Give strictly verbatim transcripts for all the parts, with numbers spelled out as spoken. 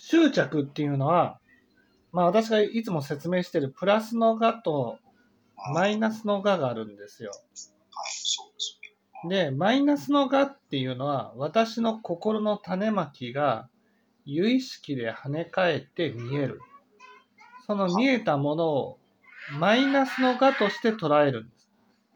執着っていうのは、まあ私がいつも説明しているプラスの我とマイナスの我があるんですよ。 はい、そうですで、マイナスの我っていうのは、私の心の種まきが有意識で跳ね返って見える。その見えたものをマイナスの我として捉えるんです。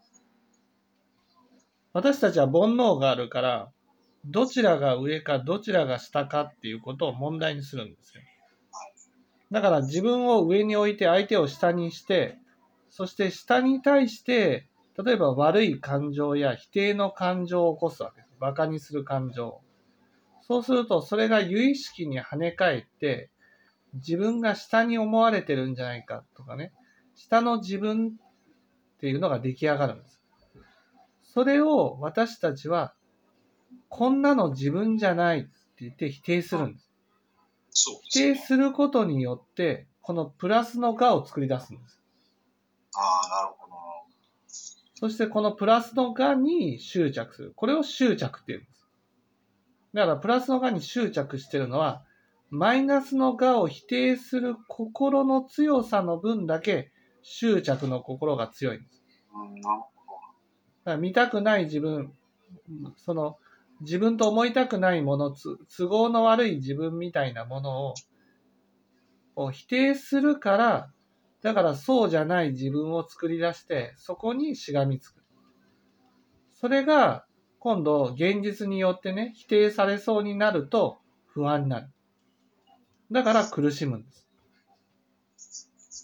私たちは煩悩があるから、どちらが上かどちらが下かっていうことを問題にするんですよ。だから自分を上に置いて相手を下にして、そして下に対して、例えば悪い感情や否定の感情を起こすわけです。馬鹿にする感情。そうすると、それが有意識に跳ね返って、自分が下に思われてるんじゃないかとかね、下の自分っていうのが出来上がるんです。それを私たちは、こんなの自分じゃないって言って否定するんです。 そうです否定することによって、このプラスの我を作り出すんです。 ああ、なるほど。 そしてこのプラスの我に執着する。これを執着って言うんです。だからプラスの我に執着しているのは、マイナスの我を否定する心の強さの分だけ執着の心が強いんです。 うん、なるほど。 だから見たくない自分、その自分と思いたくないもの、都合の悪い自分みたいなものをを否定するから、だからそうじゃない自分を作り出して、そこにしがみつく。それが今度現実によってね、否定されそうになると不安になる。だから苦しむんです。